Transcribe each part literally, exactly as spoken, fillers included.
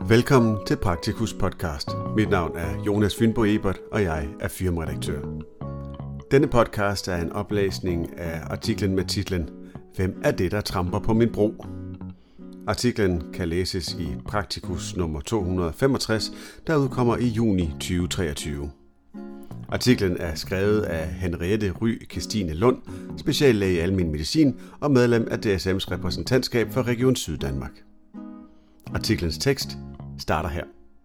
Velkommen til Praktikus podcast. Mit navn er Jonas Fynbo Ebert, og jeg er firmaredaktør. Denne podcast er en oplæsning af artiklen med titlen Hvem er det, der tramper på min bro? Artiklen kan læses i Praktikus nummer to hundrede femogtres, der udkommer i juni tyve treogtyve. Artiklen er skrevet af Henriette Ry Kirstine Lund, speciallæge i almen medicin og medlem af D S M's repræsentantskab for Region Syddanmark. Artiklens tekst starter her.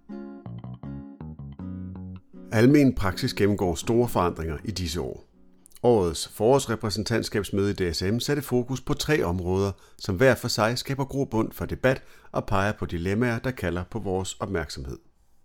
Almen praksis gennemgår store forandringer i disse år. Årets forårsrepræsentantskabsmøde i D S M satte fokus på tre områder, som hver for sig skaber grobund for debat og peger på dilemmaer, der kalder på vores opmærksomhed.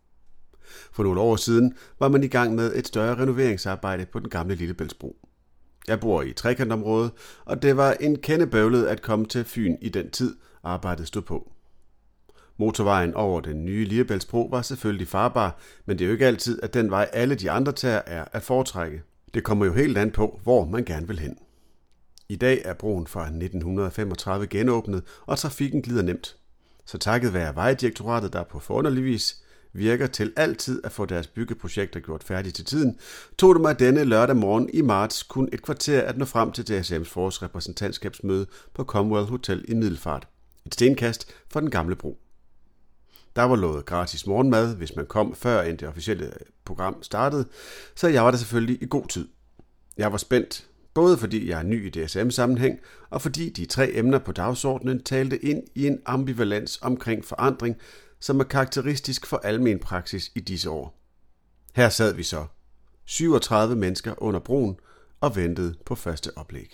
For nogle år siden var man i gang med et større renoveringsarbejde på den gamle Lillebæltsbro. Jeg bor i trekantområdet, og det var en kende bøvlet at komme til Fyn i den tid, arbejdet stod på. Motorvejen over den nye Lillebæltsbro var selvfølgelig farbar, men det er jo ikke altid, at den vej alle de andre tager er at foretrække. Det kommer jo helt an på, hvor man gerne vil hen. I dag er broen fra nitten femogtredive genåbnet, og trafikken glider nemt. Så takket være Vejdirektoratet, der på forunderlig vis virker til altid at få deres byggeprojekter gjort færdige til tiden, tog det mig denne lørdag morgen i marts kun et kvarter at nå frem til D S M's forårsrepræsentantskabsmøde på Comwell Hotel i Middelfart. Et stenkast fra den gamle bro. Der var lovet gratis morgenmad, hvis man kom før end det officielle program startede, så jeg var der selvfølgelig i god tid. Jeg var spændt, både fordi jeg er ny i D S M-sammenhæng, og fordi de tre emner på dagsordenen talte ind i en ambivalens omkring forandring, som er karakteristisk for almen praksis i disse år. Her sad vi så, syvogtredive mennesker under broen, og ventede på første oplæg.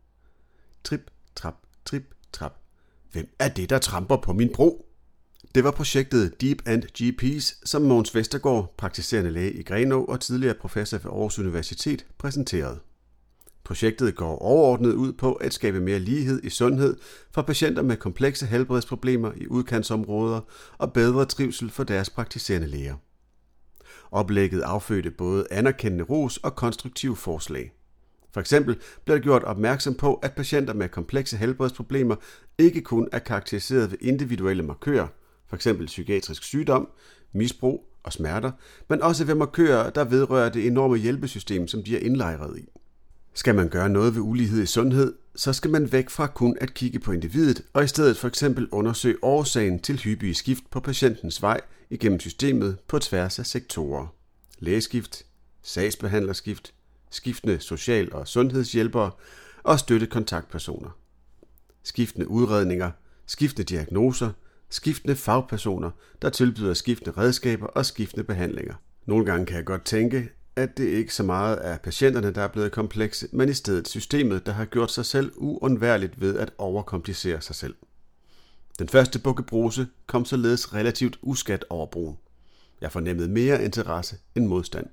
Trip, trap, trip, trap. Hvem er det, der tramper på min bro? Det var projektet Deep End G P's, som Mogens Vestergaard, praktiserende læge i Grenaa og tidligere professor ved Aarhus Universitet, præsenterede. Projektet går overordnet ud på at skabe mere lighed i sundhed for patienter med komplekse helbredsproblemer i udkantsområder og bedre trivsel for deres praktiserende læger. Oplægget affødte både anerkendende ros og konstruktive forslag. For eksempel blev der gjort opmærksom på, at patienter med komplekse helbredsproblemer ikke kun er karakteriseret ved individuelle markører, for eksempel psykiatrisk sygdom, misbrug og smerter, men også ved markører, der vedrører det enorme hjælpesystem, som de er indlejret i. Skal man gøre noget ved ulighed i sundhed, så skal man væk fra kun at kigge på individet, og i stedet for eksempel undersøge årsagen til hyppige skift på patientens vej igennem systemet på tværs af sektorer. Lægeskift, sagsbehandlerskift, skiftende social- og sundhedshjælpere og støttekontaktpersoner. Skiftende udredninger, skiftende diagnoser, skiftende fagpersoner, der tilbyder skiftende redskaber og skiftende behandlinger. Nogle gange kan jeg godt tænke, at det ikke så meget er patienterne, der er blevet komplekse, men i stedet systemet, der har gjort sig selv uundværligt ved at overkomplicere sig selv. Den første bukkebrose kom således relativt uskat over broen. Jeg fornemmede mere interesse end modstand.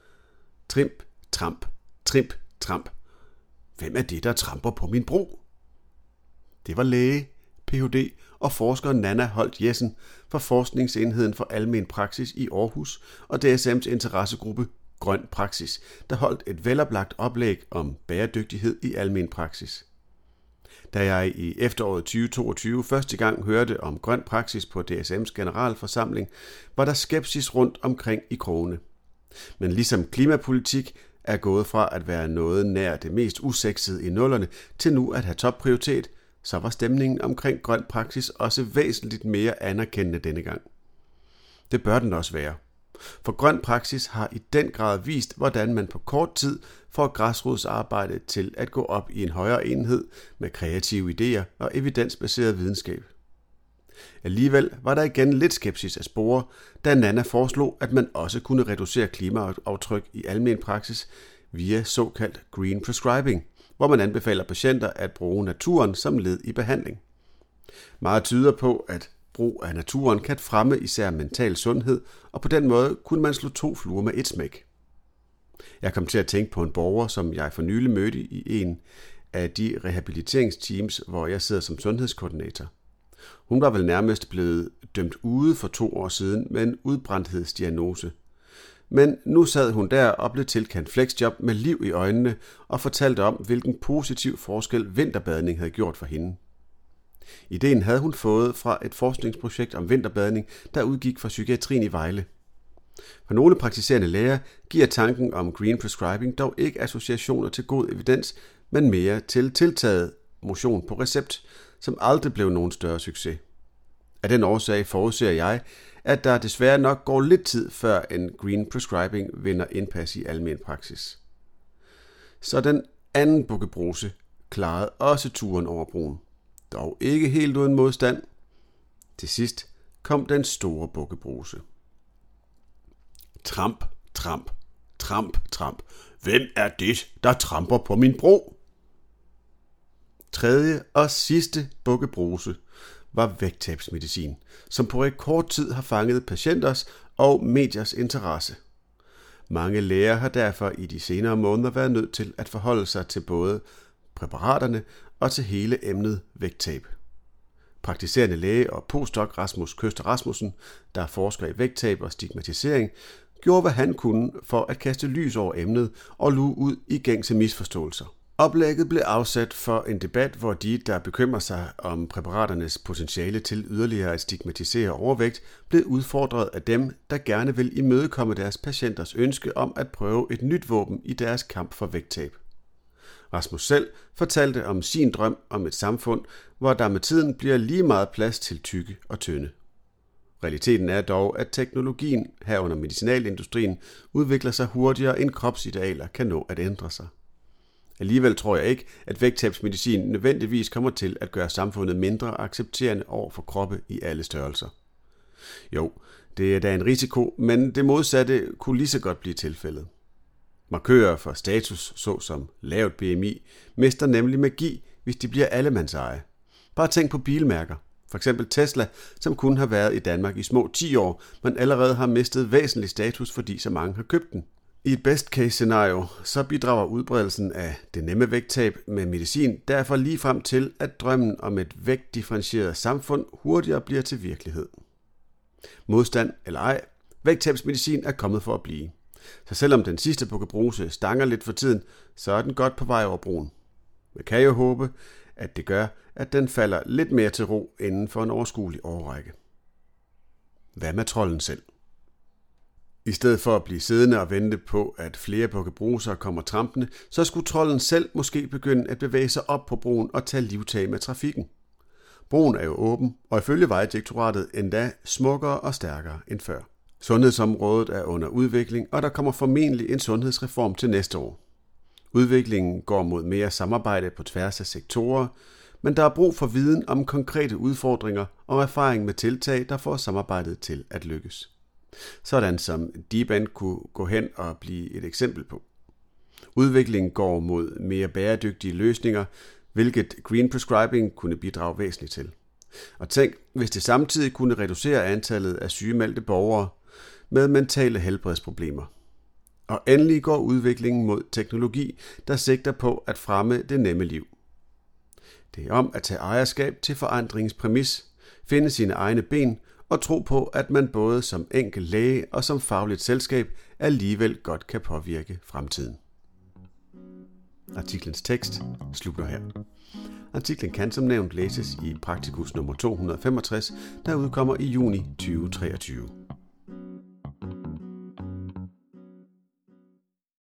Trimp, tramp, trimp, tramp. Hvem er det, der tramper på min bro? Det var læge, P H D og forsker Nanna Holt Jessen fra Forskningsenheden for Almen Praksis i Aarhus og D S M's interessegruppe Grøn Praksis, der holdt et veloplagt oplæg om bæredygtighed i almen praksis. Da jeg i efteråret tyve toogtyve første gang hørte om grøn praksis på D S M's generalforsamling, var der skepsis rundt omkring i krogene. Men ligesom klimapolitik er gået fra at være noget nær det mest usexede i nullerne til nu at have topprioritet, så var stemningen omkring grøn praksis også væsentligt mere anerkendende denne gang. Det bør den også være. For grøn praksis har i den grad vist, hvordan man på kort tid får græsrodsarbejde til at gå op i en højere enhed med kreative idéer og evidensbaseret videnskab. Alligevel var der igen lidt skepsis at spore, da Nanna foreslog, at man også kunne reducere klimaaftryk i almen praksis via såkaldt green prescribing, hvor man anbefaler patienter at bruge naturen som led i behandling. Meget tyder på, at brug af naturen kan fremme især mental sundhed, og på den måde kunne man slå to fluer med et smæk. Jeg kom til at tænke på en borger, som jeg for nylig mødte i en af de rehabiliteringsteams, hvor jeg sidder som sundhedskoordinator. Hun var vel nærmest blevet dømt ude for to år siden med en udbrændthedsdiagnose. Men nu sad hun der og blev tilkendt flexjob med liv i øjnene og fortalte om, hvilken positiv forskel vinterbadning havde gjort for hende. Ideen havde hun fået fra et forskningsprojekt om vinterbadning, der udgik fra psykiatrien i Vejle. For nogle praktiserende læger giver tanken om green prescribing dog ikke associationer til god evidens, men mere til tiltaget motion på recept, som aldrig blev nogen større succes. Af den årsag forudser jeg, at der desværre nok går lidt tid, før en green prescribing vinder indpas i almen praksis. Så den anden bukkebruse klarede også turen over broen, dog ikke helt uden modstand. Til sidst kom den store bukkebruse. Tramp, tramp, tramp, tramp. Hvem er det, der tramper på min bro? Tredje og sidste bukkebruse var vægttabsmedicin, som på rekordtid har fanget patienters og mediers interesse. Mange læger har derfor i de senere måneder været nødt til at forholde sig til både præparaterne og til hele emnet vægttab. Praktiserende læge og postdoc Rasmus Køster Rasmussen, der forsker i vægttab og stigmatisering, gjorde hvad han kunne for at kaste lys over emnet og luge ud i gængse misforståelser. Oplægget blev afsat for en debat, hvor de, der bekymrer sig om præparaternes potentiale til yderligere at stigmatisere overvægt, blev udfordret af dem, der gerne vil imødekomme deres patienters ønske om at prøve et nyt våben i deres kamp for vægttab. Rasmus selv fortalte om sin drøm om et samfund, hvor der med tiden bliver lige meget plads til tykke og tynde. Realiteten er dog, at teknologien herunder medicinalindustrien udvikler sig hurtigere end kropsidealer kan nå at ændre sig. Alligevel tror jeg ikke, at vægttabsmedicin nødvendigvis kommer til at gøre samfundet mindre accepterende over for kroppe i alle størrelser. Jo, det er da en risiko, men det modsatte kunne lige så godt blive tilfældet. Markører for status, såsom lavt B M I, mister nemlig magi, hvis de bliver allemandseje. Bare tænk på bilmærker. For eksempel Tesla, som kun har været i Danmark i små ti år, men allerede har mistet væsentlig status, fordi så mange har købt den. I et best case scenario, så bidrager udbredelsen af det nemme vægttab med medicin derfor lige frem til, at drømmen om et vægtdifferentieret samfund hurtigere bliver til virkelighed. Modstand eller ej, vægttabsmedicin er kommet for at blive. Så selvom den sidste bukkebruse stanger lidt for tiden, så er den godt på vej over broen. Man kan jo håbe, at det gør, at den falder lidt mere til ro inden for en overskuelig årrække. Hvad med trolden selv? I stedet for at blive siddende og vente på, at flere bukkebruser kommer trampende, så skulle trolden selv måske begynde at bevæge sig op på broen og tage livtag med trafikken. Broen er jo åben, og ifølge Vejdirektoratet endda smukkere og stærkere end før. Sundhedsområdet er under udvikling, og der kommer formentlig en sundhedsreform til næste år. Udviklingen går mod mere samarbejde på tværs af sektorer, men der er brug for viden om konkrete udfordringer og erfaring med tiltag, der får samarbejdet til at lykkes. Sådan som D-Band kunne gå hen og blive et eksempel på. Udviklingen går mod mere bæredygtige løsninger, hvilket green prescribing kunne bidrage væsentligt til. Og tænk, hvis det samtidig kunne reducere antallet af sygemeldte borgere med mentale helbredsproblemer. Og endelig går udviklingen mod teknologi, der sigter på at fremme det nemme liv. Det er om at tage ejerskab til forandringens præmis, finde sine egne ben og tro på, at man både som enkelt læge og som fagligt selskab alligevel godt kan påvirke fremtiden. Artiklens tekst slutter her. Artiklen kan som nævnt læses i Praktikus nummer to hundrede og femogtres, der udkommer i juni tyve treogtyve.